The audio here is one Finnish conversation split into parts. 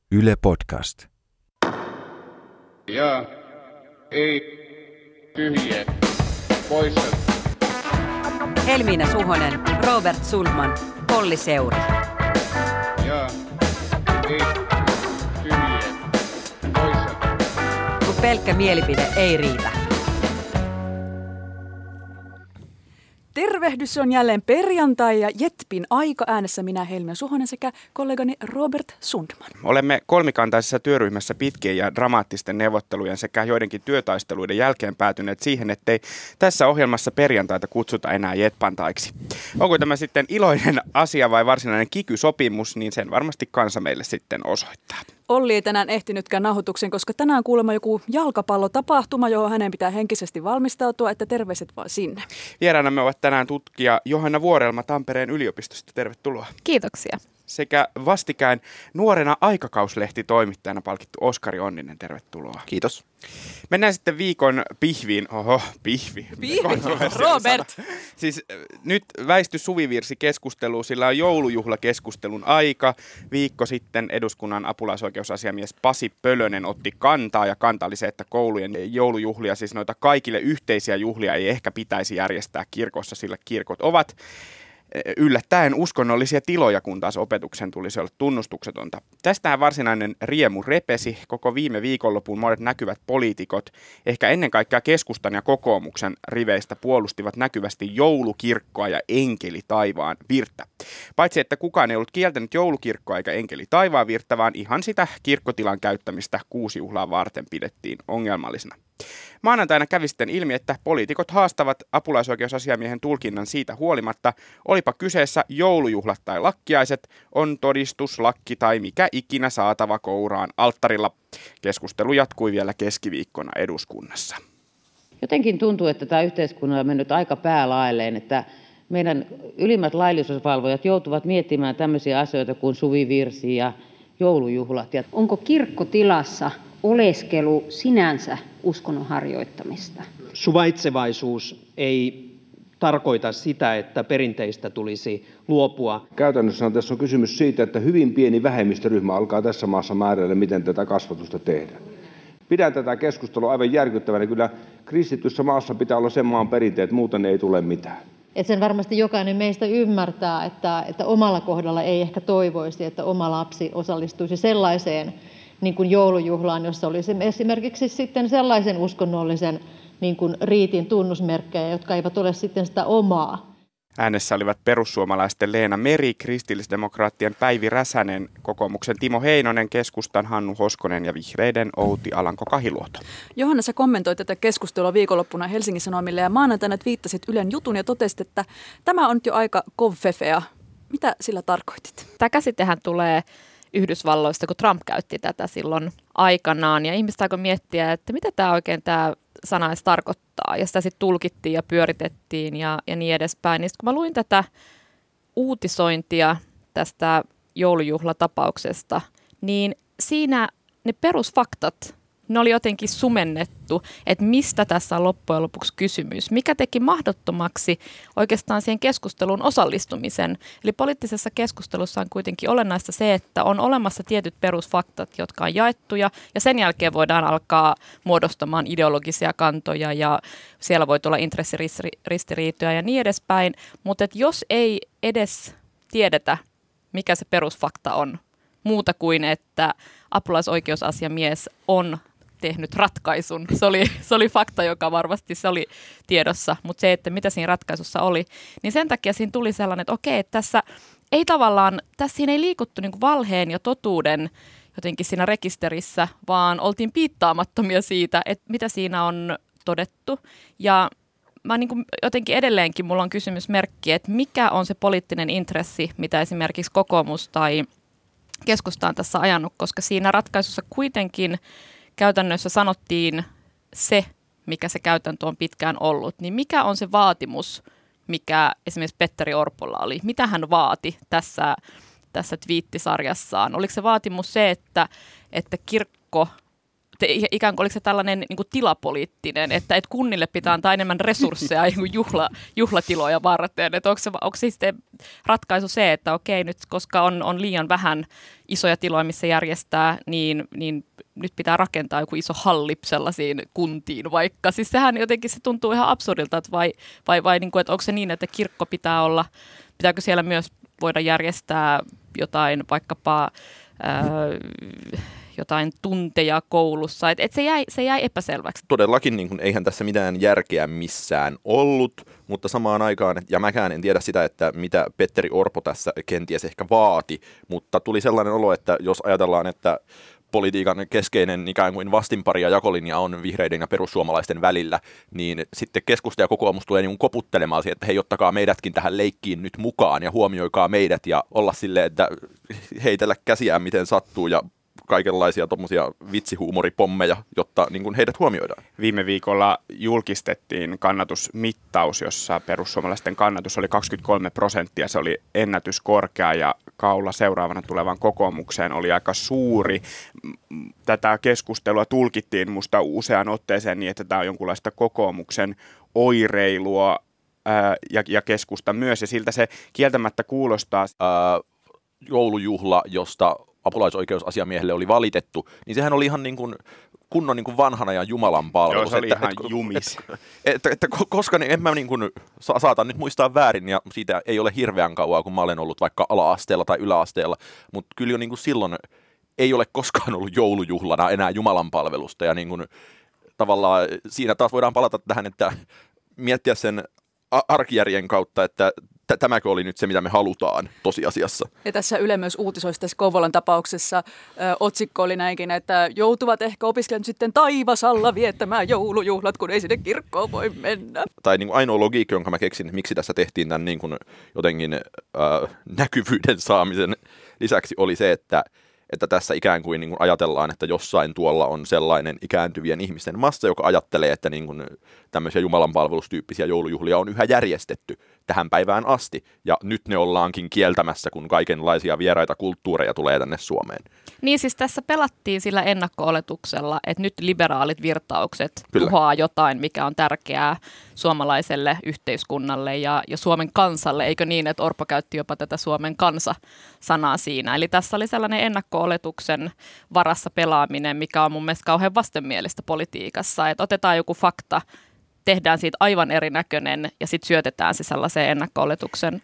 Yle Podcast. Ja ei tyhjiä poissa. Helmiina Suhonen, Robert Sundman, Olli Seuri. Ja ei tyhjiä poissa. Kun pelkkä mielipide ei riitä. Tervehdys, on jälleen perjantai ja Jetpin aika, äänessä minä Helmiina Suhonen sekä kollegani Robert Sundman. Olemme kolmikantaisessa työryhmässä pitkien ja dramaattisten neuvottelujen sekä joidenkin työtaisteluiden jälkeen päätyneet siihen, ettei tässä ohjelmassa perjantaita kutsuta enää jetpantaiksi. Onko tämä sitten iloinen asia vai varsinainen kiky-sopimus, niin sen varmasti kansa meille sitten osoittaa. Olli ei tänään ehtinytkään nauhoituksen, koska tänään kuulemma joku jalkapallotapahtuma, johon hänen pitää henkisesti valmistautua, että terveiset vaan sinne. Vieraanamme ovat tänään tutkija Johanna Vuorelma Tampereen yliopistosta. Tervetuloa. Kiitoksia. Sekä vastikään nuorena aikakauslehti-toimittajana palkittu Oskari Onninen. Tervetuloa. Kiitos. Mennään sitten viikon pihviin. Oho, pihvi. Robert! Siis nyt väisty suvivirsikeskustelu, sillä on joulujuhlakeskustelun aika. Viikko sitten eduskunnan apulaisoikeusasiamies Pasi Pölönen otti kantaa, ja kanta oli se, että koulujen joulujuhlia, siis noita kaikille yhteisiä juhlia, ei ehkä pitäisi järjestää kirkossa, sillä kirkot ovat yllättäen uskonnollisia tiloja, kun taas opetuksen tulisi olla tunnustuksetonta. Tästähän varsinainen riemu repesi. Koko viime viikonlopun monet näkyvät poliitikot, ehkä ennen kaikkea keskustan ja kokoomuksen riveistä, puolustivat näkyvästi joulukirkkoa ja enkeli taivaan virttä. Paitsi että kukaan ei ollut kieltänyt joulukirkkoa eikä enkeli taivaan virttä, vaan ihan sitä kirkkotilan käyttämistä kuusijuhlaa varten pidettiin ongelmallisena. Maanantaina kävi sitten ilmi, että poliitikot haastavat apulaisoikeusasiamiehen tulkinnan siitä huolimatta, olipa kyseessä joulujuhlat tai lakkiaiset, on todistus, lakki tai mikä ikinä saatava kouraan alttarilla. Keskustelu jatkui vielä keskiviikkona eduskunnassa. Jotenkin tuntuu, että tämä yhteiskunta on mennyt aika päälaelleen, että meidän ylimmät laillisuusvalvojat joutuvat miettimään tämmöisiä asioita kuin suvivirsi ja joulujuhlat. Onko kirkkotilassa oleskelu sinänsä uskonnon harjoittamista? Suvaitsevaisuus ei tarkoita sitä, että perinteistä tulisi luopua. Käytännössä tässä on kysymys siitä, että hyvin pieni vähemmistöryhmä alkaa tässä maassa määräillä, miten tätä kasvatusta tehdään. Pidän tätä keskustelua aivan järkyttävänä. Kyllä kristityssä maassa pitää olla sen maan perinteet, muuten ei tule mitään. Et sen varmasti jokainen meistä ymmärtää, että omalla kohdalla ei ehkä toivoisi, että oma lapsi osallistuisi sellaiseen niin kuin joulujuhlaan, jossa olisi esimerkiksi sitten sellaisen uskonnollisen niin kuin riitin tunnusmerkkejä, jotka eivät ole sitten sitä omaa. Äänessä olivat perussuomalaisten Leena Meri, kristillisdemokraattien Päivi Räsänen, kokoomuksen Timo Heinonen, keskustan Hannu Hoskonen ja vihreiden Outi Alanko-Kahiluoto. Johanna, sä kommentoit tätä keskustelua viikonloppuna Helsingin Sanomille ja maanantaina twiittasit Ylen jutun ja totesit, että tämä on nyt jo aika kovfefea. Mitä sillä tarkoitit? Tämä käsitehän tulee Yhdysvalloista, kun Trump käytti tätä silloin aikanaan, ja ihmiset alkoi miettiä, että mitä tämä oikein tämä sana edes tarkoittaa, ja sitä sitten tulkittiin ja pyöritettiin ja niin edespäin. Niin kun mä luin tätä uutisointia tästä joulujuhlatapauksesta, niin siinä ne perusfaktat, ne oli jotenkin sumennettu, että mistä tässä on loppujen lopuksi kysymys, mikä teki mahdottomaksi oikeastaan siihen keskusteluun osallistumisen. Eli poliittisessa keskustelussa on kuitenkin olennaista se, että on olemassa tietyt perusfaktat, jotka on jaettuja, ja sen jälkeen voidaan alkaa muodostamaan ideologisia kantoja, ja siellä voi tulla intressiristiriitoja ja niin edespäin, mutta jos ei edes tiedetä, mikä se perusfakta on, muuta kuin että apulaisoikeusasiamies on tehnyt ratkaisun. Se oli fakta, joka varmasti se oli tiedossa, mutta se, että mitä siinä ratkaisussa oli, niin sen takia siinä tuli sellainen, että okei, että tässä siinä ei liikuttu niin kuin valheen ja totuuden jotenkin siinä rekisterissä, vaan oltiin piittaamattomia siitä, että mitä siinä on todettu. Ja mä niin kuin jotenkin edelleenkin mulla on kysymysmerkki, että mikä on se poliittinen intressi, mitä esimerkiksi kokoomus tai keskusta on tässä ajanut, koska siinä ratkaisussa kuitenkin käytännössä sanottiin se, mikä se käytäntö on pitkään ollut, niin mikä on se vaatimus, mikä esimerkiksi Petteri Orpolla oli? Mitä hän vaati tässä twiittisarjassaan? Oliko se vaatimus se, että kirkko ikään kuin oliko se tällainen niin kuin tilapoliittinen, että kunnille pitää antaa enemmän resursseja niin juhlatiloja varten. Että onko se sitten ratkaisu se, että okei, nyt koska on liian vähän isoja tiloja, missä järjestää, niin nyt pitää rakentaa joku iso halli sellaisiin kuntiin vaikka. Siis sehän jotenkin se tuntuu ihan absurdilta, että vai niin kuin, että onko se niin, että kirkko pitääkö siellä myös voida järjestää jotain vaikkapa jotain tunteja koulussa, että se jäi epäselväksi. Todellakin niin kuin, eihän tässä mitään järkeä missään ollut, mutta samaan aikaan, ja mäkään en tiedä sitä, että mitä Petteri Orpo tässä kenties ehkä vaati, mutta tuli sellainen olo, että jos ajatellaan, että politiikan keskeinen ikään kuin vastinpari ja jakolinja on vihreiden ja perussuomalaisten välillä, niin sitten keskusta ja kokoomus tulee niin koputtelemaan siihen, että hei, ottakaa meidätkin tähän leikkiin nyt mukaan ja huomioikaa meidät ja olla silleen, että heitellä käsiään miten sattuu ja kaikenlaisia tommosia vitsihuumoripommeja, jotta niin kuin heidät huomioidaan. Viime viikolla julkistettiin kannatusmittaus, jossa perussuomalaisten kannatus oli 23%. Se oli ennätyskorkea ja kaula seuraavana tulevan kokoomukseen oli aika suuri. Tätä keskustelua tulkittiin musta useaan otteeseen niin, että tämä on jonkunlaista kokoomuksen oireilua ja keskusta myös. Ja siltä se kieltämättä kuulostaa. Joulujuhla, josta apulaisoikeusasiamiehelle oli valitettu, niin sehän oli ihan niin kuin kunnon niin kuin vanhana ja Jumalan palvelus. Joo, se oli ihan jumis. Että koska niin, en mä niin kuin, saatan nyt muistaa väärin, ja siitä ei ole hirveän kauaa, kun mä olen ollut vaikka ala-asteella tai yläasteella, mutta kyllä jo niin kuin silloin ei ole koskaan ollut joulujuhlana enää Jumalan palvelusta, ja niin kuin, tavallaan siinä taas voidaan palata tähän, että miettiä sen arkijärjen kautta, että tämäkö oli nyt se, mitä me halutaan tosiasiassa. Ja tässä Yle myös uutisoi tässä Kouvolan tapauksessa. Otsikko oli näinkin, että joutuvat ehkä opiskelijat sitten taivasalla viettämään joulujuhlat, kun ei sinne kirkkoon voi mennä. Tai niin kuin ainoa logiikka, jonka mä keksin, miksi tässä tehtiin tämän niin kuin jotenkin näkyvyyden saamisen lisäksi, oli se, että tässä ikään kuin, ajatellaan, että jossain tuolla on sellainen ikääntyvien ihmisten massa, joka ajattelee, että niin kuin tämmöisiä jumalanpalvelustyyppisiä joulujuhlia on yhä järjestetty tähän päivään asti. Ja nyt ne ollaankin kieltämässä, kun kaikenlaisia vieraita kulttuureja tulee tänne Suomeen. Niin siis tässä pelattiin sillä ennakko-oletuksella, että nyt liberaalit virtaukset tuhoaa jotain, mikä on tärkeää suomalaiselle yhteiskunnalle ja Suomen kansalle. Eikö niin, että Orpo käytti jopa tätä Suomen kansa-sanaa siinä. Eli tässä oli sellainen ennakko-oletuksen varassa pelaaminen, mikä on mun mielestä kauhean vastenmielistä politiikassa. Että otetaan joku fakta, tehdään siitä aivan erinäköinen ja sitten syötetään se sellaiseen ennakko-oletuksen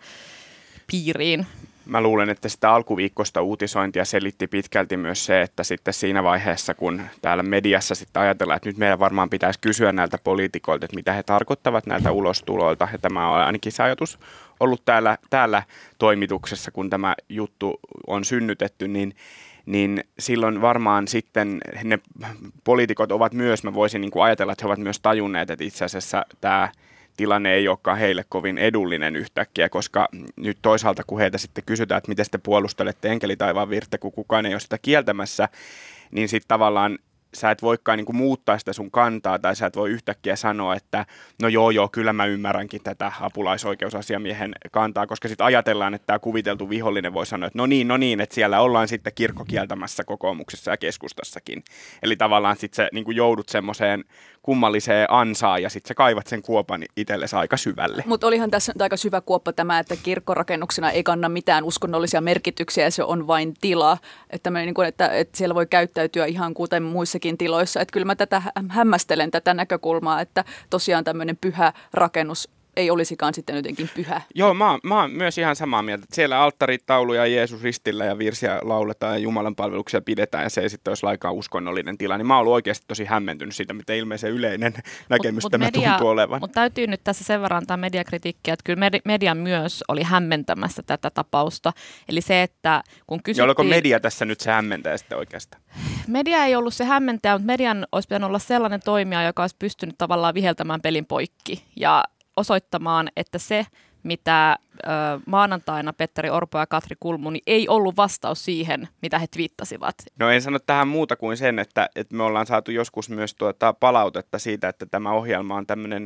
piiriin. Mä luulen, että sitä alkuviikkoista uutisointia selitti pitkälti myös se, että sitten siinä vaiheessa, kun täällä mediassa sitten ajatellaan, että nyt meidän varmaan pitäisi kysyä näiltä poliitikoilta, että mitä he tarkoittavat näiltä ulostuloilta. Ja tämä on ainakin se ajatus ollut täällä toimituksessa, kun tämä juttu on synnytetty, niin silloin varmaan sitten ne poliitikot ovat myös, mä voisin niin kuin ajatella, että he ovat myös tajunneet, että itse asiassa tämä tilanne ei olekaan heille kovin edullinen yhtäkkiä, koska nyt toisaalta kun heitä sitten kysytään, että miten te puolustelette enkelitaivaan virttä, kun kukaan ei ole sitä kieltämässä, niin sitten tavallaan sä et voikaan niin kuin muuttaa sitä sun kantaa tai sä et voi yhtäkkiä sanoa, että no joo, kyllä mä ymmärränkin tätä apulaisoikeusasiamiehen kantaa, koska sitten ajatellaan, että tämä kuviteltu vihollinen voi sanoa, että no niin, että siellä ollaan sitten kirkko kieltämässä kokoomuksessa ja keskustassakin. Eli tavallaan sitten sä niin kuin joudut semmoiseen kummalliseen ansaan ja sitten sä kaivat sen kuopan itsellesi aika syvälle. Mutta olihan tässä nyt aika syvä kuoppa tämä, että kirkkorakennuksena ei kanna mitään uskonnollisia merkityksiä ja se on vain tila. Että siellä voi käyttäytyä ihan kuten muissakin tiloissa. Että kyllä mä hämmästelen tätä näkökulmaa, että tosiaan tämmöinen pyhä rakennus ei olisikaan sitten jotenkin pyhä. Joo, mä oon myös ihan samaa mieltä. Siellä alttarit, tauluja, Jeesus ristillä ja virsiä lauletaan ja Jumalan palveluksia pidetään ja se ei sitten olisi lainkaan uskonnollinen tila. Niin mä oon ollut oikeasti tosi hämmentynyt siitä, miten ilmeisen yleinen näkemys tämä tuntuu olevan. Mutta täytyy nyt tässä sen verran antaa mediakritiikkiä, että kyllä media myös oli hämmentämässä tätä tapausta. Eli se, että kun kysyttiin... Ja oliko media tässä nyt se hämmentäjä sitten oikeastaan? Media ei ollut se hämmentäjä, mutta median olisi pitänyt olla sellainen toimija, joka olisi pystynyt tavallaan viheltämään pelin poikki ja osoittamaan, että se, mitä maanantaina Petteri Orpo ja Katri Kulmuni ei ollut vastaus siihen, mitä he twiittasivat. No en sano tähän muuta kuin sen, että me ollaan saatu joskus myös palautetta siitä, että tämä ohjelma on tämmöinen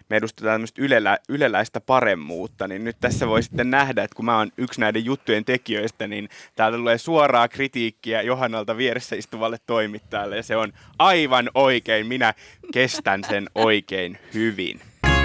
me edustetaan tämmöistä yleläistä paremmuutta, niin nyt tässä voi sitten nähdä, että kun mä oon yksi näiden juttujen tekijöistä, niin täältä tulee suoraa kritiikkiä Johannalta vieressä istuvalle toimittajalle, ja se on aivan oikein. Minä kestän sen oikein hyvin.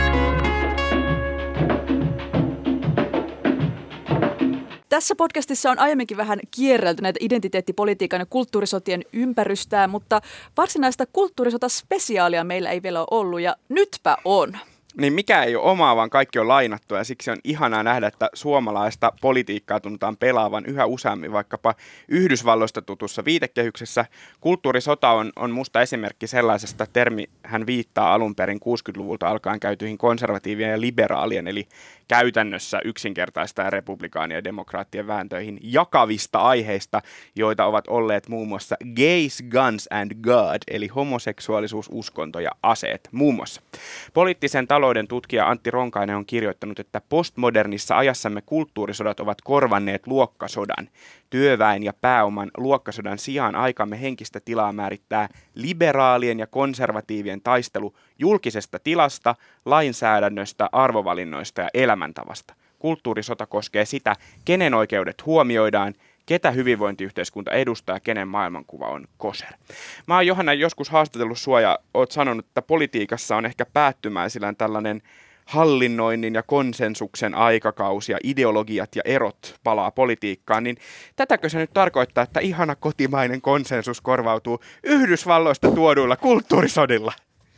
Tässä podcastissa on aiemminkin vähän kierrelty näitä identiteettipolitiikan ja kulttuurisotien ympärystää, mutta varsinaista kulttuurisotaspesiaalia meillä ei vielä ole ollut, ja nytpä on. Niin mikä ei ole omaa, vaan kaikki on lainattua, ja siksi on ihanaa nähdä, että suomalaista politiikkaa tunnutaan pelaavan yhä useammin vaikkapa Yhdysvalloista tutussa viitekehyksessä. Kulttuurisota on musta esimerkki sellaisesta, termi hän viittaa alun perin 60-luvulta alkaen käytyihin konservatiivien ja liberaalien, eli käytännössä yksinkertaista ja republikaanien ja demokraattien vääntöihin jakavista aiheista, joita ovat olleet muun muassa gays, guns and God, eli homoseksuaalisuus, uskonto ja aseet muun muassa. Poliittisen talouden tutkija Antti Ronkainen on kirjoittanut, että postmodernissa ajassamme kulttuurisodat ovat korvanneet luokkasodan. Työväen ja pääoman luokkasodan sijaan aikamme henkistä tilaa määrittää liberaalien ja konservatiivien taistelu julkisesta tilasta, lainsäädännöstä, arvovalinnoista ja elämäntavasta. Kulttuurisota koskee sitä, kenen oikeudet huomioidaan, ketä hyvinvointiyhteiskunta edustaa ja kenen maailmankuva on kosher. Mä oon Johanna joskus haastatellut sua ja oot sanonut, että politiikassa on ehkä päättymäisillään tällainen hallinnoinnin ja konsensuksen aikakausi ja ideologiat ja erot palaa politiikkaan, niin tätäkö se nyt tarkoittaa, että ihana kotimainen konsensus korvautuu Yhdysvalloista tuoduilla kulttuurisodilla?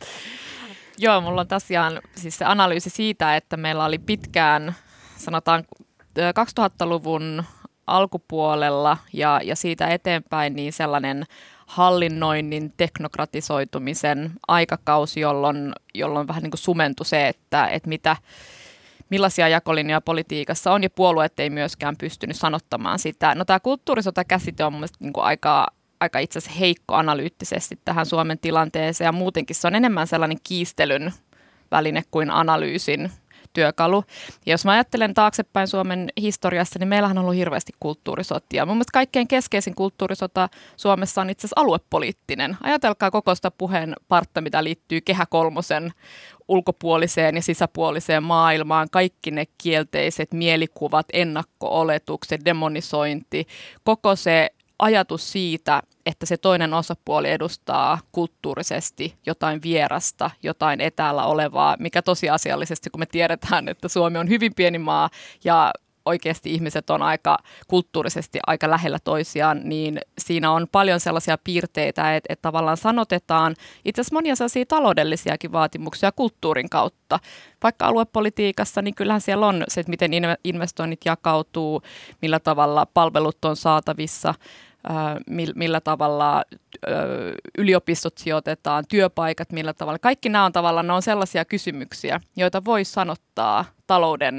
Joo, mulla on tosiaan siis se analyysi siitä, että meillä oli pitkään, sanotaan 2000-luvun alkupuolella ja siitä eteenpäin niin sellainen hallinnoinnin, teknokratisoitumisen aikakausi, jolloin vähän niin kuin sumentui se, että millaisia jakolinjoja politiikassa on, ja puolueet ei myöskään pystynyt sanottamaan sitä. No tämä kulttuurisota-käsite on mun mielestä niin kuin aika itse asiassa heikko analyyttisesti tähän Suomen tilanteeseen, ja muutenkin se on enemmän sellainen kiistelyn väline kuin analyysin työkalu. Ja jos mä ajattelen taaksepäin Suomen historiassa, niin meillähän on ollut hirveästi kulttuurisotia. Mun mielestä kaikkein keskeisin kulttuurisota Suomessa on itse asiassa aluepoliittinen. Ajatelkaa koko sitä puheenpartta, mitä liittyy Kehä kolmosen ulkopuoliseen ja sisäpuoliseen maailmaan. Kaikki ne kielteiset mielikuvat, ennakko-oletukset, demonisointi, koko se ajatus siitä, että se toinen osapuoli edustaa kulttuurisesti jotain vierasta, jotain etäällä olevaa, mikä tosiasiallisesti, kun me tiedetään, että Suomi on hyvin pieni maa ja oikeasti ihmiset on kulttuurisesti aika lähellä toisiaan, niin siinä on paljon sellaisia piirteitä, että tavallaan sanotetaan itse asiassa monia sellaisia taloudellisiakin vaatimuksia kulttuurin kautta. Vaikka aluepolitiikassa, niin kyllähän siellä on se, että miten investoinnit jakautuu, millä tavalla palvelut on saatavissa, millä tavalla yliopistot sijoitetaan, työpaikat, millä tavalla. Kaikki nämä on tavallaan, ne on sellaisia kysymyksiä, joita voi sanottaa talouden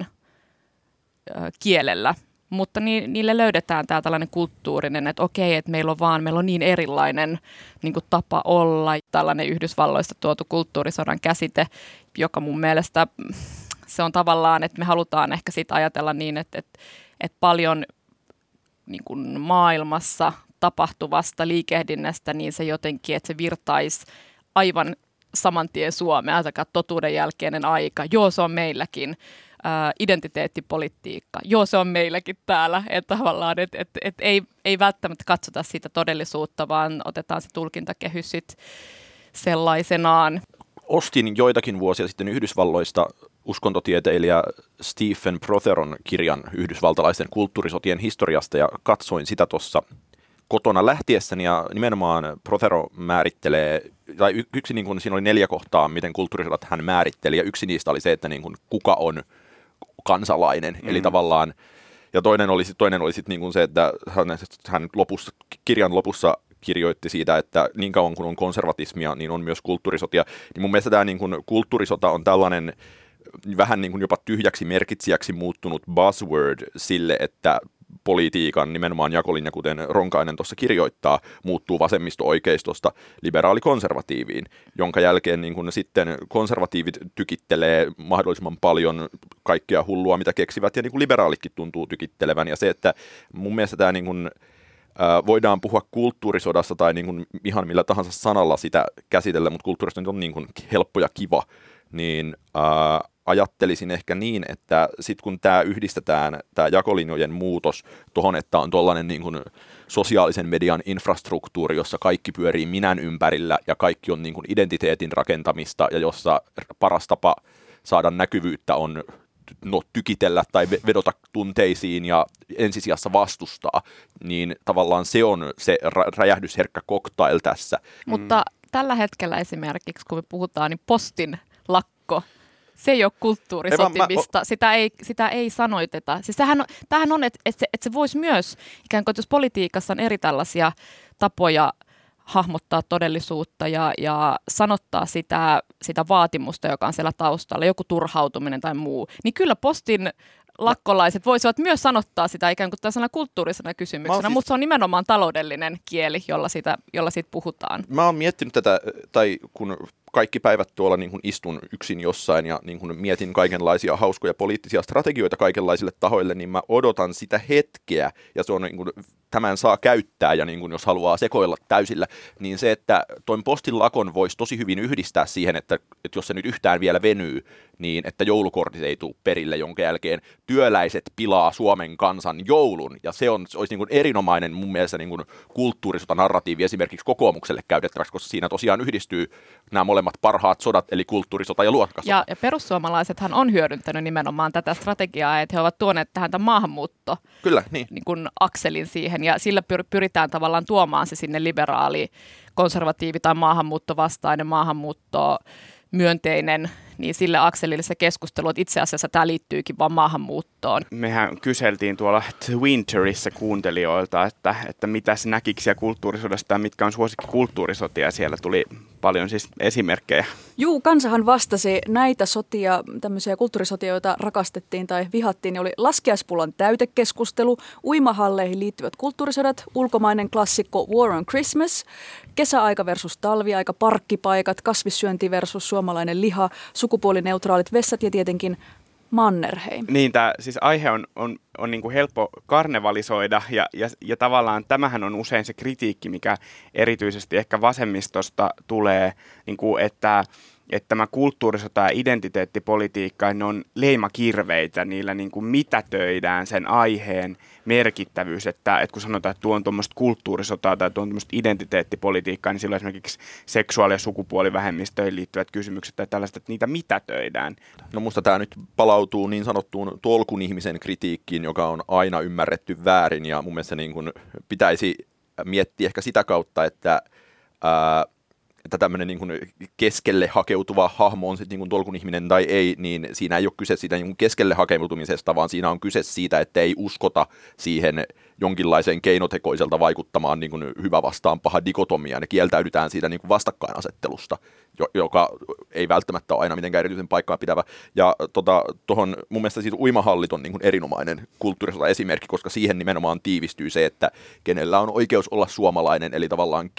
kielellä, mutta niille löydetään tämä tällainen kulttuurinen, että okei, että meillä on niin erilainen niin kuin tapa olla. Tällainen Yhdysvalloista tuotu kulttuurisodan käsite, joka mun mielestä se on tavallaan, että me halutaan ehkä siitä ajatella niin, että paljon niin kuin maailmassa tapahtuvasta liikehdinnästä, niin se jotenkin, että se virtaisi aivan saman tien Suomeen, ajatelkaa totuuden jälkeinen aika, joo se on meilläkin, identiteettipolitiikka, joo se on meilläkin täällä, että tavallaan, että ei välttämättä katsota sitä todellisuutta, vaan otetaan se tulkintakehys sit sellaisenaan. Ostin joitakin vuosia sitten Yhdysvalloista uskontotieteilijä Stephen Protheron kirjan yhdysvaltalaisten kulttuurisotien historiasta ja katsoin sitä tuossa kotona lähtiessäni ja nimenomaan Prothero määrittelee, tai yksi niin kuin, siinä oli 4 kohtaa, miten kulttuurisodat hän määritteli ja yksi niistä oli se, että niin kuin, kuka on kansalainen, eli tavallaan, ja toinen oli sit niin kuin se, että hän kirjan lopussa kirjoitti siitä, että niin kauan kun on konservatismia, niin on myös kulttuurisotia, niin mun mielestä tämä niin kuin, kulttuurisota on tällainen vähän niin kuin jopa tyhjäksi merkitsijäksi muuttunut buzzword sille, että politiikan nimenomaan jakolinja, kuten Ronkainen tuossa kirjoittaa, muuttuu vasemmisto-oikeistosta liberaali-konservatiiviin, jonka jälkeen niin kun sitten konservatiivit tykittelee mahdollisimman paljon kaikkea hullua, mitä keksivät, ja niin kun liberaalitkin tuntuu tykittelevän. Ja se, että mun mielestä tämä niin kun, voidaan puhua kulttuurisodasta tai niin kun ihan millä tahansa sanalla sitä käsitellä, mutta kulttuurisoda on niin kun helppo ja kiva niin ajattelisin ehkä niin, että sitten kun tämä yhdistetään, tämä jakolinjojen muutos tuohon, että on tuollainen niin kuin sosiaalisen median infrastruktuuri, jossa kaikki pyörii minän ympärillä ja kaikki on niin kuin identiteetin rakentamista ja jossa paras tapa saada näkyvyyttä on tykitellä tai vedota tunteisiin ja ensisijassa vastustaa, niin tavallaan se on se räjähdysherkkä cocktail tässä. Mutta tällä hetkellä esimerkiksi, kun me puhutaan, niin postin lakko, se ei ole kulttuurisotimista, sitä ei sanoiteta. Siis tämähän on, että se voisi myös, ikään kuin jos politiikassa on eri tällaisia tapoja hahmottaa todellisuutta ja sanottaa sitä vaatimusta, joka on siellä taustalla, joku turhautuminen tai muu, niin kyllä postin lakkolaiset voisivat myös sanottaa sitä ikään kuin tällaisena kulttuurisena kysymyksenä, mutta se on nimenomaan taloudellinen kieli, jolla siitä puhutaan. Mä oon miettinyt tätä, tai kun kaikki päivät tuolla niin kun istun yksin jossain ja niin kun mietin kaikenlaisia hauskoja poliittisia strategioita kaikenlaisille tahoille, niin mä odotan sitä hetkeä, ja se on niin kun, tämän saa käyttää, ja niin kun, jos haluaa sekoilla täysillä, niin se, että toin postin lakon voisi tosi hyvin yhdistää siihen, että jos se nyt yhtään vielä venyy, niin että joulukortit ei tule perille, jonka jälkeen työläiset pilaa Suomen kansan joulun, ja se olisi niin kuin erinomainen mun mielestä niin kuin kulttuurisotanarratiivi esimerkiksi kokoomukselle käytettäväksi, koska siinä tosiaan yhdistyy nämä molemmat parhaat sodat, eli kulttuurisota ja luokkasota. Ja perussuomalaisethan on hyödyntänyt nimenomaan tätä strategiaa, että he ovat tuoneet tähän tämän maahanmuutto Kyllä, niin kuin akselin siihen, ja sillä pyritään tavallaan tuomaan se sinne liberaali, konservatiivi tai maahanmuuttovastainen, maahanmuutto myönteinen, niin sille akselille se keskustelu, että itse asiassa tämä liittyykin vaan maahanmuuttoon. Mehän kyseltiin tuolla Twitterissä kuuntelijoilta, että mitäs näkikö siellä kulttuurisodasta ja mitkä on suosikkikulttuurisotia, ja siellä tuli paljon siis esimerkkejä. Juu, kansahan vastasi näitä sotia, tämmöisiä kulttuurisotia, joita rakastettiin tai vihattiin, niin oli laskiaispullon täytekeskustelu, uimahalleihin liittyvät kulttuurisodat, ulkomainen klassikko War on Christmas, kesäaika versus talviaika, parkkipaikat, kasvissyönti versus suomalainen liha, sukupuolineutraalit vessat ja tietenkin Mannerheim. Niin, tämä siis aihe on niin kuin helppo karnevalisoida ja tavallaan tämähän on usein se kritiikki, mikä erityisesti ehkä vasemmistosta tulee, niin kuin että tämä kulttuurisota ja identiteettipolitiikka, ne on leimakirveitä, niillä niin kuin mitätöidään sen aiheen merkittävyys, että kun sanotaan, että tuo on tuommoista kulttuurisotaa tai tuo on tuommoista identiteettipolitiikkaa, niin silloin esimerkiksi seksuaali- ja sukupuolivähemmistöihin liittyvät kysymykset tai tällaiset, että niitä mitätöidään. No musta tämä nyt palautuu niin sanottuun tolkun ihmisen kritiikkiin, joka on aina ymmärretty väärin, ja mun mielestä niin kun pitäisi miettiä ehkä sitä kautta, että tämmöinen niin kuin keskelle hakeutuva hahmo on sitten niin kuin tolkun ihminen tai ei, niin siinä ei ole kyse siitä niin kuin keskelle hakeutumisesta, vaan siinä on kyse siitä, että ei uskota siihen jonkinlaiseen keinotekoiselta vaikuttamaan niin kuin hyvä vastaan paha dikotomiaan ja kieltäydytään siitä niin kuin vastakkainasettelusta, joka ei välttämättä ole aina mitenkään erityisen paikkaa pitävä. Ja tuohon mun mielestä siitä uimahallit on niin kuin erinomainen kulttuurisota esimerkki, koska siihen nimenomaan tiivistyy se, että kenellä on oikeus olla suomalainen, eli tavallaan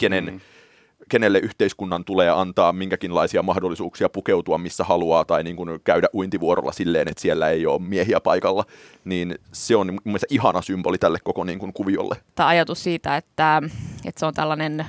kenelle yhteiskunnan tulee antaa minkäkinlaisia mahdollisuuksia pukeutua missä haluaa tai niin kuin käydä uintivuorolla silleen, että siellä ei ole miehiä paikalla, niin se on mun mielestä ihana symboli tälle koko niin kuin kuviolle. Tämä ajatus siitä, että se on tällainen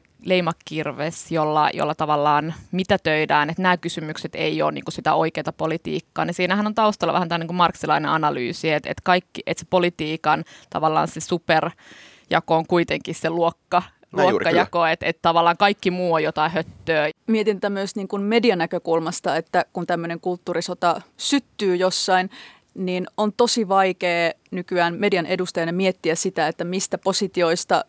leimakirves, jolla tavallaan mitätöidään, että nämä kysymykset ei ole niin kuin sitä oikeaa politiikkaa, niin siinähän on taustalla vähän tämä niin kuin marksilainen analyysi, että se politiikan tavallaan se superjako on kuitenkin se luokkajako, että tavallaan kaikki muu on jotain höttöä. Mietin tätä myös niin kuin median näkökulmasta, että kun tämmöinen kulttuurisota syttyy jossain, niin on tosi vaikea nykyään median edustajana miettiä sitä, että mistä positioista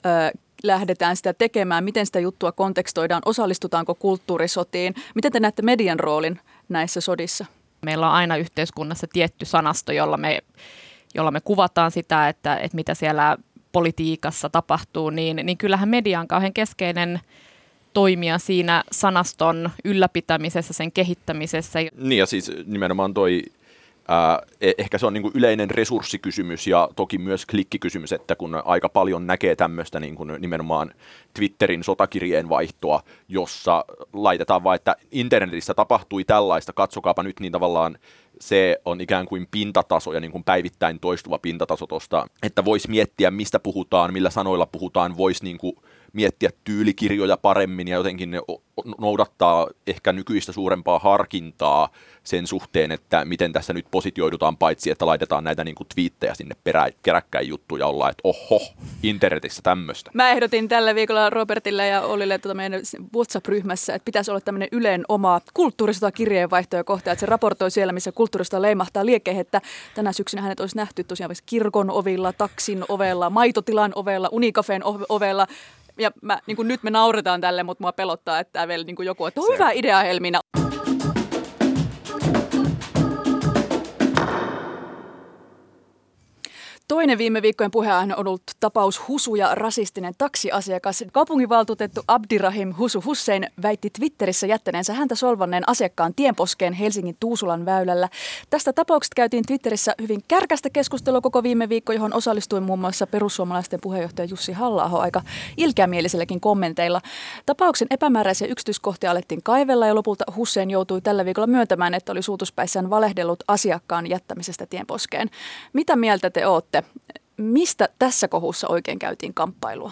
lähdetään sitä tekemään, miten sitä juttua kontekstoidaan, osallistutaanko kulttuurisotiin. Miten te näette median roolin näissä sodissa? Meillä on aina yhteiskunnassa tietty sanasto, jolla me kuvataan sitä, että mitä siellä politiikassa tapahtuu, niin kyllähän media on kauhean keskeinen toimija siinä sanaston ylläpitämisessä, sen kehittämisessä. Niin ja siis nimenomaan ehkä se on niin kuin yleinen resurssikysymys ja toki myös klikkikysymys, että kun aika paljon näkee tämmöistä niin kuin nimenomaan Twitterin sotakirjeen vaihtoa, jossa laitetaan vaan, että internetissä tapahtui tällaista, katsokaapa nyt, niin tavallaan se on ikään kuin pintataso ja niin kuin päivittäin toistuva pintataso tuosta, että voisi miettiä, mistä puhutaan, millä sanoilla puhutaan, voisi niin kuin miettiä tyylikirjoja paremmin ja jotenkin ne noudattaa ehkä nykyistä suurempaa harkintaa sen suhteen, että miten tässä nyt positioidutaan, paitsi että laitetaan näitä niin kuin twiittejä sinne peräkkäin juttuja, ollaan, että oho, internetissä tämmöistä. Mä ehdotin tällä viikolla Robertille ja Ollille meidän WhatsApp-ryhmässä, että pitäisi olla tämmöinen Ylen oma kulttuurisota kirjeenvaihtoja kohta, että se raportoi siellä, missä kulttuurista leimahtaa liekkeihin, että tänä syksynä hänet olisi nähty tosiaan kirkon ovilla, taksin ovella, maitotilan ovella, Unicafeen ovella. Ja nyt me nauretaan tälle, mutta mua pelottaa, että tämä vielä joku, että on hyvä idea, Helmiina. Toinen viime viikkojen puheenaihe on ollut tapaus Husu ja rasistinen taksiasiakas. Kaupunginvaltuutettu Abdirahim Husu Hussein väitti Twitterissä jättäneensä häntä solvanneen asiakkaan tienposkeen Helsingin Tuusulan väylällä. Tästä tapauksesta käytiin Twitterissä hyvin kärkästä keskustelua koko viime viikko, johon osallistui muun muassa perussuomalaisten puheenjohtaja Jussi Halla-aho aika ilkeämieliselläkin kommenteilla. Tapauksen epämääräisiä yksityiskohtia alettiin kaivella ja lopulta Hussein joutui tällä viikolla myöntämään, että oli suutuspäissään valehdellut asiakkaan jättämisestä tienposkeen. Mitä mieltä te olette? Mistä tässä kohussa oikein käytiin kamppailua?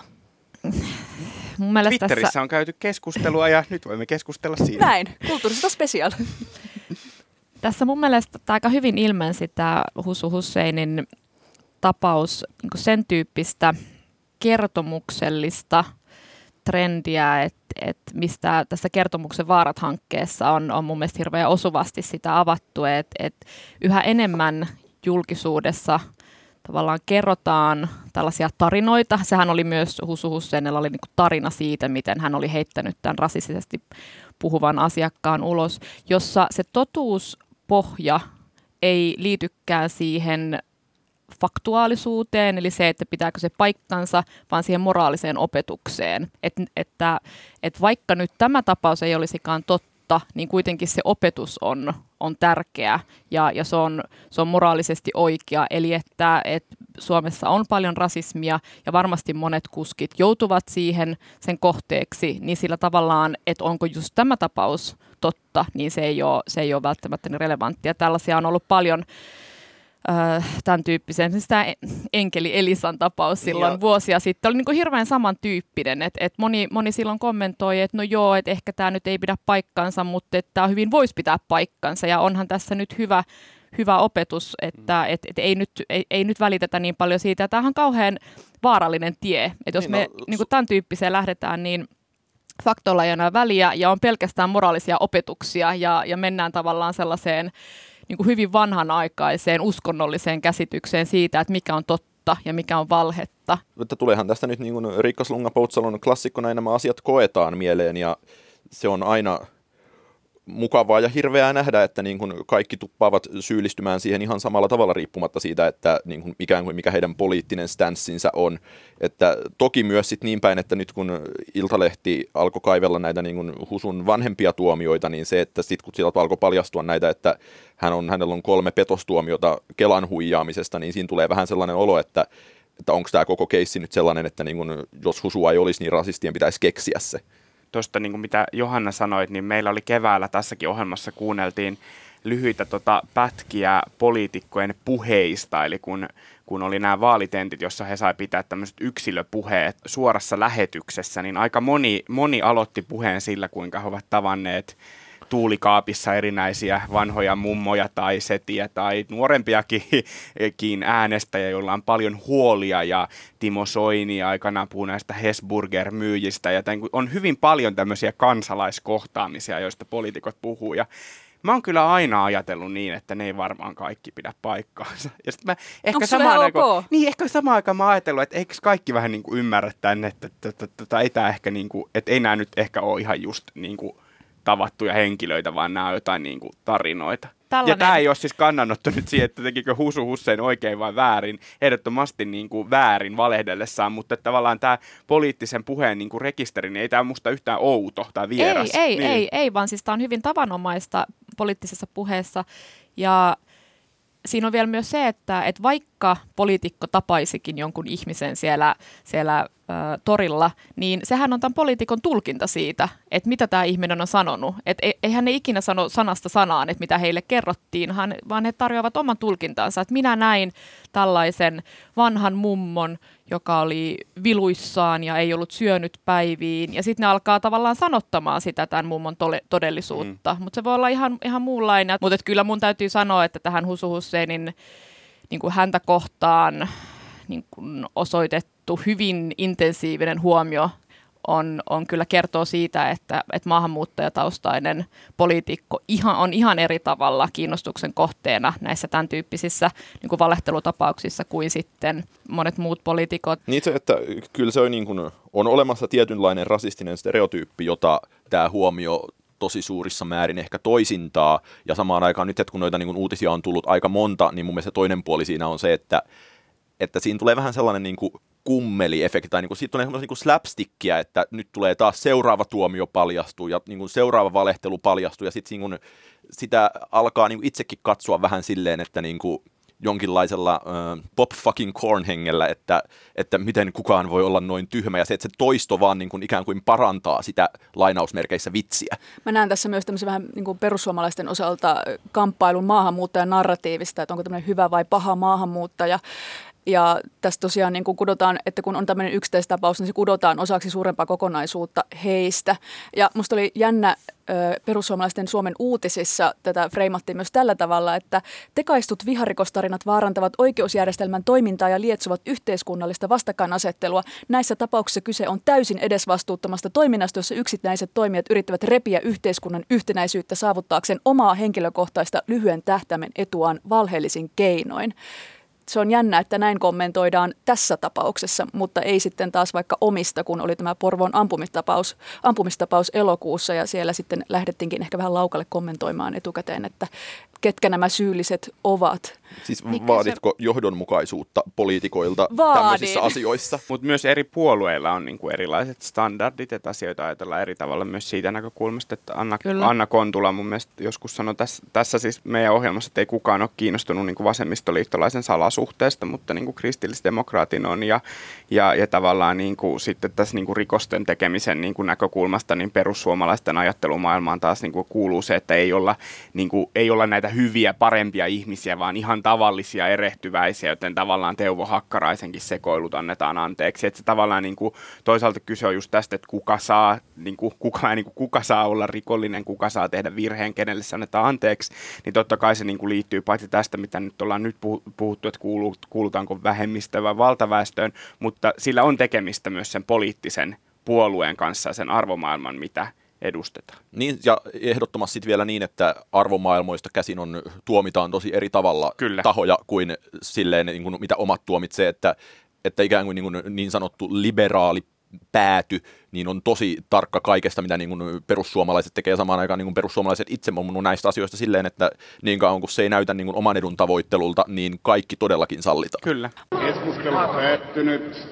Twitterissä on käyty keskustelua ja nyt voimme keskustella siitä. Näin, kulttuurista special. Tässä mun mielestä aika hyvin ilmensi tämä Husu Husseinin tapaus niin sen tyyppistä kertomuksellista trendiä, että mistä tässä kertomuksen vaarat-hankkeessa on mun mielestä hirveän osuvasti sitä avattu, että yhä enemmän julkisuudessa tavallaan kerrotaan tällaisia tarinoita. Sehän oli myös Husu Husseinilla oli niinku tarina siitä, miten hän oli heittänyt tämän rasistisesti puhuvan asiakkaan ulos, jossa se totuuspohja ei liitykään siihen faktuaalisuuteen, eli se, että pitääkö se paikkansa, vaan siihen moraaliseen opetukseen. Että vaikka nyt tämä tapaus ei olisikaan totta, niin kuitenkin se opetus on tärkeä ja se on moraalisesti oikea. Eli että Suomessa on paljon rasismia ja varmasti monet kuskit joutuvat sen kohteeksi, niin sillä tavallaan, että onko just tämä tapaus totta, niin se ei ole välttämättä niin relevanttia. Tällaisia on ollut paljon. Tämän tyyppisen. Tämä enkeli Elisan tapaus silloin vuosia sitten oli niin kuin hirveän samantyyppinen, että moni silloin kommentoi, että no joo, että ehkä tämä nyt ei pidä paikkansa, mutta että tämä hyvin voisi pitää paikkansa ja onhan tässä nyt hyvä opetus, että ei nyt välitetä niin paljon siitä. Tämähän on kauhean vaarallinen tie, että jos me niin kuin tämän tyyppiseen lähdetään, niin faktoilla ei ole väliä ja on pelkästään moraalisia opetuksia ja mennään tavallaan sellaiseen niin kuin hyvin vanhanaikaiseen uskonnolliseen käsitykseen siitä, että mikä on totta ja mikä on valhetta. Että tuleehan tästä nyt niin kuin Riikka Slunga-Poutsalon klassikkona nämä asiat koetaan mieleen ja se on aina mukavaa ja hirveää nähdä, että niin kuin kaikki tuppaavat syyllistymään siihen ihan samalla tavalla riippumatta siitä, että niin kuin ikään kuin mikä heidän poliittinen stanssinsä on. Että toki myös sit niin päin, että nyt kun Iltalehti alkoi kaivella näitä niin kuin Husun vanhempia tuomioita, niin se, että sitten kun sieltä alkoi paljastua näitä, että hänellä on 3 petostuomiota Kelan huijaamisesta, niin siinä tulee vähän sellainen olo, että onko tämä koko keissi nyt sellainen, että niin kuin, jos Husua ei olisi, niin rasistien pitäisi keksiä se. Tuosta niin kuin mitä Johanna sanoit, niin meillä oli keväällä tässäkin ohjelmassa kuunneltiin lyhyitä pätkiä poliitikkojen puheista, eli kun oli nämä vaalitentit, jossa he sai pitää tämmöiset yksilöpuheet suorassa lähetyksessä, niin aika moni aloitti puheen sillä, kuinka he ovat tavanneet tuulikaapissa erinäisiä vanhoja mummoja tai setiä tai nuorempiakin äänestäjiä, joilla on paljon huolia ja Timo Soini aikanaan puhuu näistä Hesburger-myyjistä ja on hyvin paljon tämmöisiä kansalaiskohtaamisia, joista poliitikot puhuu ja mä oon kyllä aina ajatellut niin, että ne ei varmaan kaikki pidä paikkaansa. Ja sit mä ehkä samaan aikaan mä oon ajatellut, että eikö kaikki vähän niin kuin ymmärrä tänne, että ei tää ehkä niin kuin, että ei nämä nyt ehkä ole ihan just niin kuin tavattuja henkilöitä, vaan nämä on jotain niin kuin tarinoita. Ja tämä ei ole siis kannanotto nyt siihen, että tekikö Husu Hussein oikein vai väärin, ehdottomasti niin kuin väärin valehdellessaan, mutta tavallaan tämä poliittisen puheen niin kuin rekisteri, niin ei tämä musta yhtään outo tai vieras. Ei, vaan siis tämä on hyvin tavanomaista poliittisessa puheessa ja siinä on vielä myös se, että vaikka poliitikko tapaisikin jonkun ihmisen siellä torilla, niin sehän on tämän poliitikon tulkinta siitä, että mitä tämä ihminen on sanonut. Että eihän ne ikinä sano sanasta sanaan, että mitä heille kerrottiin, vaan he tarjoavat oman tulkintansa. Että minä näin tällaisen vanhan mummon, joka oli viluissaan ja ei ollut syönyt päiviin. Ja sitten ne alkaa tavallaan sanottamaan sitä tämän mummon todellisuutta. Mutta se voi olla ihan muunlainen. Mutta kyllä mun täytyy sanoa, että tähän Husu Husseinin niin kuin häntä kohtaan niin kuin osoitettu hyvin intensiivinen huomio on kyllä kertoo siitä, että maahanmuuttajataustainen poliitikko on ihan eri tavalla kiinnostuksen kohteena näissä tämän tyyppisissä niin kuin valehtelutapauksissa kuin sitten monet muut poliitikot. Niin se, että kyllä se on olemassa tietynlainen rasistinen stereotyyppi, jota tämä huomio tosi suurissa määrin ehkä toisintaa, ja samaan aikaan nyt, että kun noita niin kuin uutisia on tullut aika monta, niin mun mielestä toinen puoli siinä on se, että siinä tulee vähän sellainen niin kuin kummeli-efekti, tai niin kuin, siitä tulee semmoista niin kuin slapstickia, että nyt tulee taas seuraava tuomio paljastuu, ja niin kuin seuraava valehtelu paljastuu, ja sitten niin sitä alkaa niin kuin itsekin katsoa vähän silleen, että niin kuin jonkinlaisella pop fucking corn hengellä, että miten kukaan voi olla noin tyhmä, ja se, että se toisto vaan niin kuin ikään kuin parantaa sitä lainausmerkeissä vitsiä. Mä näen tässä myös tämmöisen vähän niin kuin perussuomalaisten osalta kamppailun maahanmuuttajan narratiivista, että onko tämmöinen hyvä vai paha maahanmuuttaja. Ja tässä tosiaan niin kuin kudotaan, että kun on tämmöinen yksittäistapaus, niin se kudotaan osaksi suurempaa kokonaisuutta heistä. Ja musta oli jännä perussuomalaisten Suomen uutisissa, tätä freimattiin myös tällä tavalla, että tekaistut viharikostarinat vaarantavat oikeusjärjestelmän toimintaa ja lietsovat yhteiskunnallista vastakkainasettelua. Näissä tapauksissa kyse on täysin edesvastuuttomasta toiminnasta, jossa yksittäiset toimijat yrittävät repiä yhteiskunnan yhtenäisyyttä saavuttaakseen omaa henkilökohtaista lyhyen tähtäimen etuaan valheellisin keinoin. Se on jännä, että näin kommentoidaan tässä tapauksessa, mutta ei sitten taas vaikka omista, kun oli tämä Porvoon ampumistapaus elokuussa, ja siellä sitten lähdettiinkin ehkä vähän laukalle kommentoimaan etukäteen, että ketkä nämä syylliset ovat. Siis vaaditko johdonmukaisuutta poliitikoilta tämmöisissä asioissa? Mutta myös eri puolueilla on niinku erilaiset standardit, että asioita ajatellaan eri tavalla myös siitä näkökulmasta, että Anna Kontula mun mielestä joskus sanoi tässä siis meidän ohjelmassa, että ei kukaan ole kiinnostunut niinku vasemmistoliittolaisen salasuhteesta, mutta niinku kristillisdemokraatin on ja tavallaan niinku sitten tässä niinku rikosten tekemisen niinku näkökulmasta niin perussuomalaisten ajattelumaailmaan taas niinku kuuluu se, että ei olla näitä hyviä, parempia ihmisiä, vaan ihan tavallisia erehtyväisiä, joten tavallaan Teuvo Hakkaraisenkin sekoilut annetaan anteeksi. Että se tavallaan niin kuin, toisaalta kyse on just tästä, että kuka saa olla rikollinen, kuka saa tehdä virheen, kenelle se annetaan anteeksi, niin totta kai se niin kuin liittyy paitsi tästä, mitä nyt ollaan nyt puhuttu, että kuulutaanko vähemmistöön vai valtaväestöön, mutta sillä on tekemistä myös sen poliittisen puolueen kanssa ja sen arvomaailman, mitä edustetaan. Niin, ja ehdottomasti sitten vielä niin, että arvomaailmoista käsin tuomitaan tosi eri tavalla tahoja kuin silleen, niin kuin mitä omat tuomitsee, että ikään kuin niin sanottu liberaali pääty, niin on tosi tarkka kaikesta, mitä niin kuin perussuomalaiset tekee, samaan aikaan niin kuin perussuomalaiset itse on mun näistä asioista silleen, että niin kauan kun se ei näytä niin kuin oman edun tavoittelulta, niin kaikki todellakin sallitaan. Kyllä. Keskustelu päättynyt.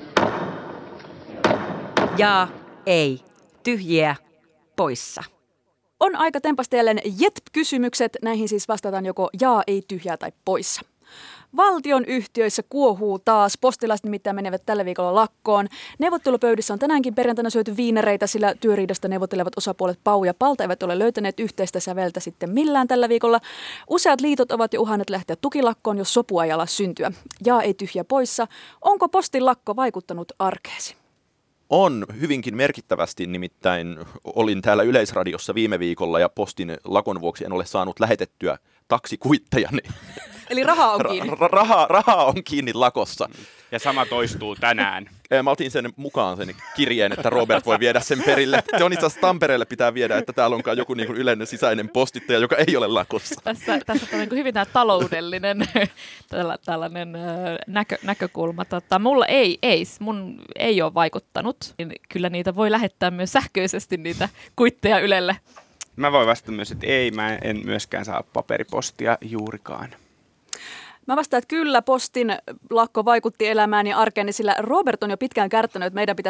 Ja ei. Tyhjiä. Poissa. On aika tempaista jälleen JETP-kysymykset. Näihin siis vastataan joko jaa, ei, tyhjää tai poissa. Valtion yhtiöissä kuohuu taas. Postilaiset nimittäin menevät tällä viikolla lakkoon. Neuvottelupöydissä on tänäänkin perjantaina syöty viinereitä, sillä työriidasta neuvottelevat osapuolet Pau ja Palta eivät ole löytäneet yhteistä säveltä sitten millään tällä viikolla. Useat liitot ovat jo uhanneet lähteä tukilakkoon, jos sopua ei ala syntyä. Jaa, ei, tyhjää poissa. Onko Postin lakko vaikuttanut arkeesi? On hyvinkin merkittävästi, nimittäin olin täällä Yleisradiossa viime viikolla ja Postin lakon vuoksi en ole saanut lähetettyä taksikuittejani. Eli raha on kiinni. Raha on kiinni lakossa. Ja sama toistuu tänään. Mä otin sen mukaan sen kirjeen, että Robert voi viedä sen perille. Se on itse asiassa Tampereelle pitää viedä, että täällä onkaan joku niin kuin yleinen sisäinen postittaja, joka ei ole lakossa. Tässä on niin kuin hyvin tämä taloudellinen tällainen näkökulma. Mulla mun ei ole vaikuttanut. Kyllä niitä voi lähettää myös sähköisesti niitä kuitteja Ylelle. Mä voin vastata myös, että ei, mä en myöskään saa paperipostia juurikaan. Mä vastaan, että kyllä Postin lakko vaikutti elämään ja arkeeni, sillä Robert on jo pitkään kärttänyt, että meidän pitäisi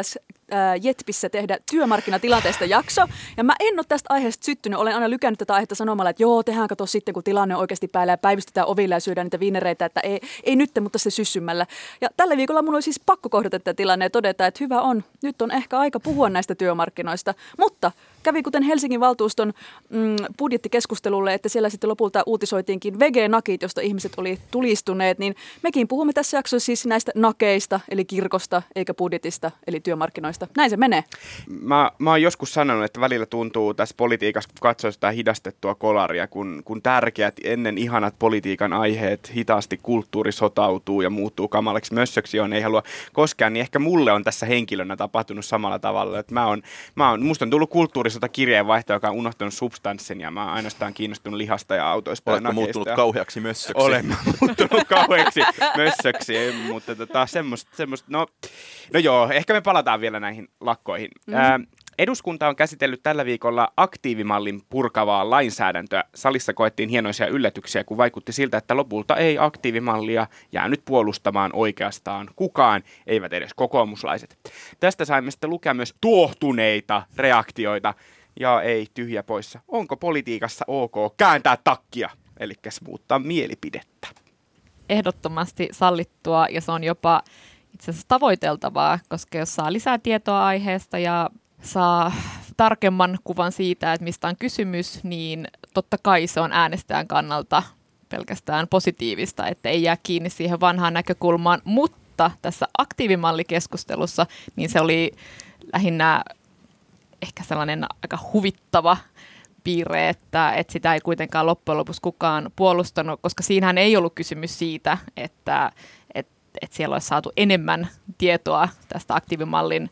Jetpissä tehdä työmarkkinatilanteesta jakso. Ja mä en ole tästä aiheesta syttynyt. Olen aina lykännyt tätä aihetta sanomalla, että joo, tehdään kato sitten, kun tilanne on oikeasti päällä ja päivystetään ovilla ja syödään niitä viinereitä, että ei nyt, mutta se syssymällä. Ja tällä viikolla mun oli siis pakko kohdata tätä tilanne ja todeta, että hyvä on, nyt on ehkä aika puhua näistä työmarkkinoista. Mutta kävi kuten Helsingin valtuuston budjettikeskustelulle, että siellä sitten lopulta uutisoitiinkin VG-nakit, josta ihmiset oli tulistuneet, niin mekin puhumme tässä jaksossa siis näistä nakeista, eli kirkosta, eikä budjetista, eli työmarkkinoista. Näin se menee. Mä oon joskus sanonut, että välillä tuntuu tässä politiikassa, kun katsoo sitä hidastettua kolaria, kun tärkeät ennen ihanat politiikan aiheet hitaasti kulttuuri sotautuu ja muuttuu kamalaksi mössöksi, johon ei halua koskaan, niin ehkä mulle on tässä henkilönä tapahtunut samalla tavalla, että musta on tullut kulttuurisota kirjeenvaihto, joka on unohtanut substanssin ja mä oon ainoastaan kiinnostunut lihasta ja autoista ja nakeista. Muuttunut kauheaksi mössöksi? Olen muuttunut kauheaksi mössöksi, mutta semmoista, no joo, ehkä me palataan vielä näihin lakkoihin. Eduskunta on käsitellyt tällä viikolla aktiivimallin purkavaa lainsäädäntöä. Salissa koettiin hienoisia yllätyksiä, kun vaikutti siltä, että lopulta ei aktiivimallia jäänyt puolustamaan oikeastaan kukaan, eivät edes kokoomuslaiset. Tästä saimme sitten lukea myös tuohtuneita reaktioita, ja ei tyhjä poissa. Onko politiikassa ok kääntää takkia, eli muuttaa mielipidettä? Ehdottomasti sallittua, ja se on jopa itse asiassa tavoiteltavaa, koska jos saa lisää tietoa aiheesta ja saa tarkemman kuvan siitä, että mistä on kysymys, niin totta kai se on äänestäjän kannalta pelkästään positiivista, että ei jää kiinni siihen vanhaan näkökulmaan, mutta tässä aktiivimallikeskustelussa niin se oli lähinnä ehkä sellainen aika huvittava piirre, että sitä ei kuitenkaan loppujen lopuksi kukaan puolustanut, koska siinähän ei ollut kysymys siitä, että siellä olisi saatu enemmän tietoa tästä aktiivimallin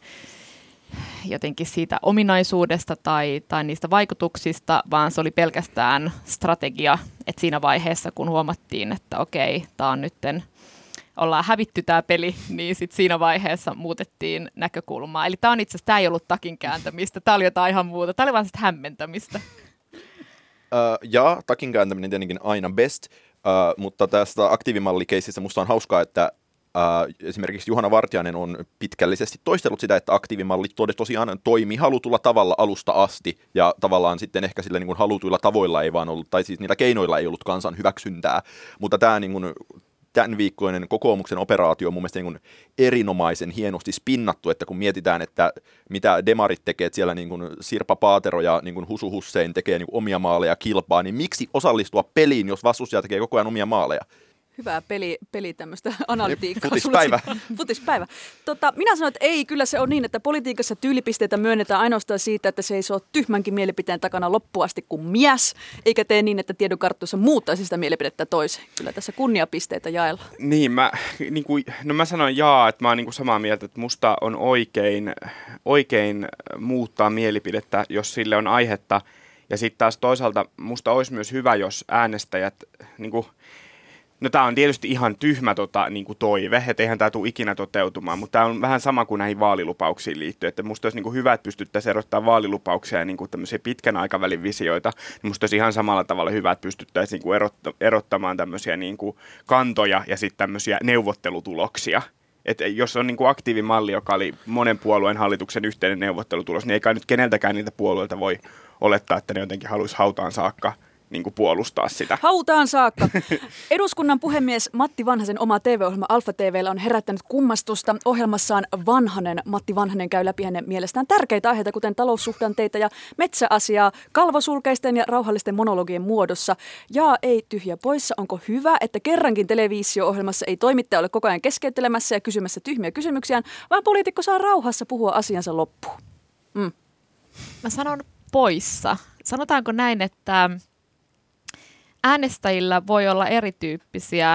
jotenkin siitä ominaisuudesta tai niistä vaikutuksista, vaan se oli pelkästään strategia, että siinä vaiheessa, kun huomattiin, että okei, tämä on nytten, ollaan hävitty tämä peli, niin sitten siinä vaiheessa muutettiin näkökulmaa. Eli tämä on itse asiassa, tämä ei ollut takin kääntämistä, tämä oli jotain ihan muuta, tämä oli vaan sitten hämmentämistä. Ja takin kääntäminen tietenkin aina best, mutta tästä aktiivimallikeississä musta on hauskaa, että esimerkiksi Juhana Vartiainen on pitkällisesti toistellut sitä, että aktiivimalli tosiaan toimi halutulla tavalla alusta asti, ja tavallaan sitten ehkä sillä niin kuin halutuilla tavoilla ei vaan ollut, tai siis niillä keinoilla ei ollut kansan hyväksyntää, mutta tämä niin kuin tämän viikkoinen kokoomuksen operaatio on mun mielestä niin kuin erinomaisen hienosti spinnattu, että kun mietitään, että mitä demarit tekee, että siellä niin kuin Sirpa Paatero ja niin kuin Husu Hussein tekee niin kuin omia maaleja kilpaa, niin miksi osallistua peliin, jos vastustaja tekee koko ajan omia maaleja? Hyvää peli tämmöistä analytiikkaa. Futispäivä. Futispäivä. Minä sanon, että ei, kyllä se on niin, että politiikassa tyylipisteitä myönnetään ainoastaan siitä, että se ei ole tyhmänkin mielipiteen takana loppuasti kuin mies, eikä tee niin, että tiedonkarttuissa muuttaisi sitä mielipidettä toiseen. Kyllä tässä kunniapisteitä jaellaan. Niin, mä sanon että mä oon niin samaa mieltä, että musta on oikein muuttaa mielipidettä, jos sille on aihetta. Ja sitten taas toisaalta musta olisi myös hyvä, jos äänestäjät no tämä on tietysti ihan tyhmä toive, että eihän tämä tule ikinä toteutumaan, mutta tämä on vähän sama kuin näihin vaalilupauksiin liittyen, että musta olisi hyvä, että pystyttäisiin erottamaan vaalilupauksia ja tämmöisiä pitkän aikavälin visioita, niin musta olisi ihan samalla tavalla hyvä, että pystyttäisiin erottamaan tämmöisiä kantoja ja sitten tämmöisiä neuvottelutuloksia. Että jos on aktiivimalli, joka oli monen puolueen hallituksen yhteinen neuvottelutulos, niin ei kai nyt keneltäkään niitä puolueilta voi olettaa, että ne jotenkin haluaisi hautaan saakka puolustaa sitä. Hautaan saakka. Eduskunnan puhemies Matti Vanhasen oma TV-ohjelma Alfa TV:llä on herättänyt kummastusta. Ohjelmassaan Matti Vanhanen käy läpi hänen mielestään tärkeitä aiheita, kuten taloussuhdanteita ja metsäasiaa kalvosulkeisten ja rauhallisten monologien muodossa. Ja ei tyhjä poissa. Onko hyvä, että kerrankin televisio-ohjelmassa ei toimittaja ole koko ajan keskeyttelemässä ja kysymässä tyhmiä kysymyksiään, vaan poliitikko saa rauhassa puhua asiansa loppuun? Mä sanon poissa. Sanotaanko näin, että äänestäjillä voi olla erityyppisiä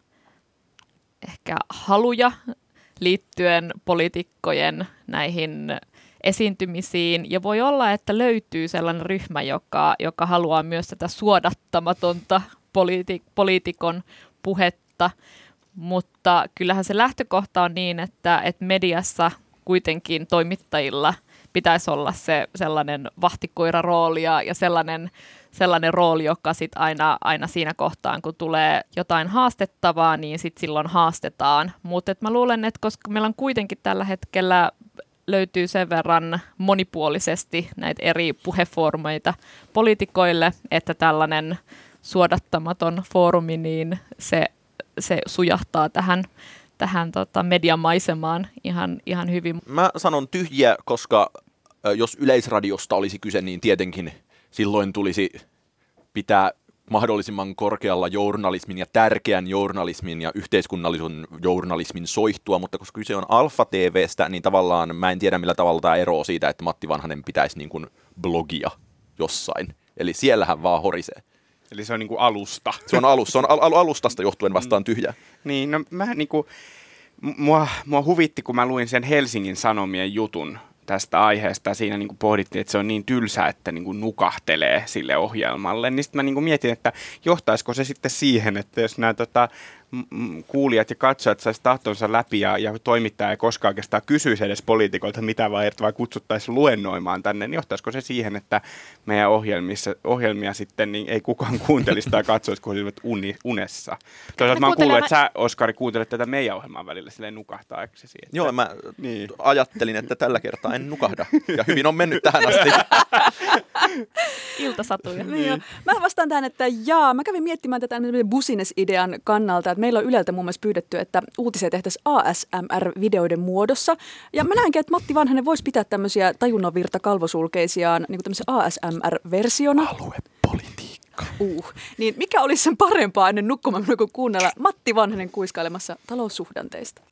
ehkä haluja liittyen poliitikkojen näihin esiintymisiin. Ja voi olla, että löytyy sellainen ryhmä, joka haluaa myös tätä suodattamatonta poliitikon puhetta. Mutta kyllähän se lähtökohta on niin, että mediassa kuitenkin toimittajilla pitäisi olla se sellainen vahtikoirarooli ja sellainen rooli, joka sitten aina siinä kohtaan, kun tulee jotain haastettavaa, niin sitten silloin haastetaan. Mutta mä luulen, että koska meillä on kuitenkin tällä hetkellä löytyy sen verran monipuolisesti näitä eri puhefoorumeita poliitikoille, että tällainen suodattamaton foorumi, niin se sujahtaa tähän mediamaisemaan ihan hyvin. Mä sanon tyhjiä, koska jos Yleisradiosta olisi kyse, niin tietenkin silloin tulisi pitää mahdollisimman korkealla journalismin ja tärkeän journalismin ja yhteiskunnallisen journalismin soihtua, mutta koska kyse on Alfa TV:stä, niin tavallaan mä en tiedä millä tavalla tämä eroaa siitä, että Matti Vanhanen pitäisi niin kuin blogia jossain. Eli siellähän vaan horisee. Eli se on niin kuin alusta. Se on alustasta johtuen vastaan tyhjää. Niin, no mä niin kuin, mua huvitti, kun mä luin sen Helsingin Sanomien jutun tästä aiheesta, ja siinä niin kuin pohdittiin, että se on niin tylsä, että niin kuin nukahtelee sille ohjelmalle. Niin sitten mä niin kuin mietin, että johtaisiko se sitten siihen, että jos nämä kuulijat ja katsojat saisi tahtonsa läpi ja toimittaja ei koskaan oikeastaan kysyisi edes poliitikolta mitä vaan kutsuttaisiin luennoimaan tänne, niin johtaisiko se siihen, että meidän ohjelmia sitten niin ei kukaan kuuntelisi tai katsoisi, kun olisivat unessa. Toisaalta mä oon kuullut, että sä, Oskari, kuuntelet tätä meidän ohjelmaa välillä silleen nukahtaa, eikö se siihen? Joo, mä ajattelin, että tällä kertaa en nukahda. Ja hyvin on mennyt tähän asti. Iltasatuja. Niin. Mä vastaan tähän, että mä kävin miettimään tätä business-idean kannalta, että meillä on Yleltä muun muassa pyydetty, että uutisia tehtäisiin ASMR-videoiden muodossa. Ja mä näenkin, että Matti Vanhanen voisi pitää tämmöisiä tajunnanvirta kalvosulkeisiaan niin kuin tämmöisen ASMR-versiona. Aluepolitiikka. Niin mikä olisi sen parempaa ennen nukkumaan kuin kuunnella Matti Vanhanen kuiskailemassa taloussuhdanteista?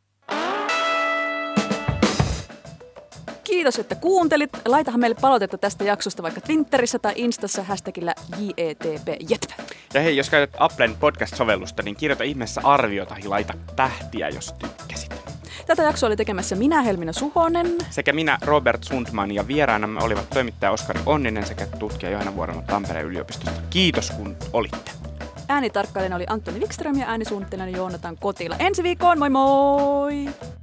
Kiitos, että kuuntelit. Laitahan meille palautetta tästä jaksosta vaikka Twitterissä tai Instassa hashtagillä JETP. Ja hei, jos käytät Applen podcast-sovellusta, niin kirjoita ihmeessä arviota ja laita tähtiä, jos tykkäsit. Tätä jaksoa oli tekemässä minä, Helmina Suhonen. Sekä minä, Robert Sundman, ja vieraanamme olivat toimittaja Oskari Onninen sekä tutkija Johanna Vuoramo Tampereen yliopistosta. Kiitos, kun olitte. Äänitarkkailijana oli Antoni Wikström ja äänisuunnittelijana Joonatan Kotila. Ensi viikkoon, moi moi!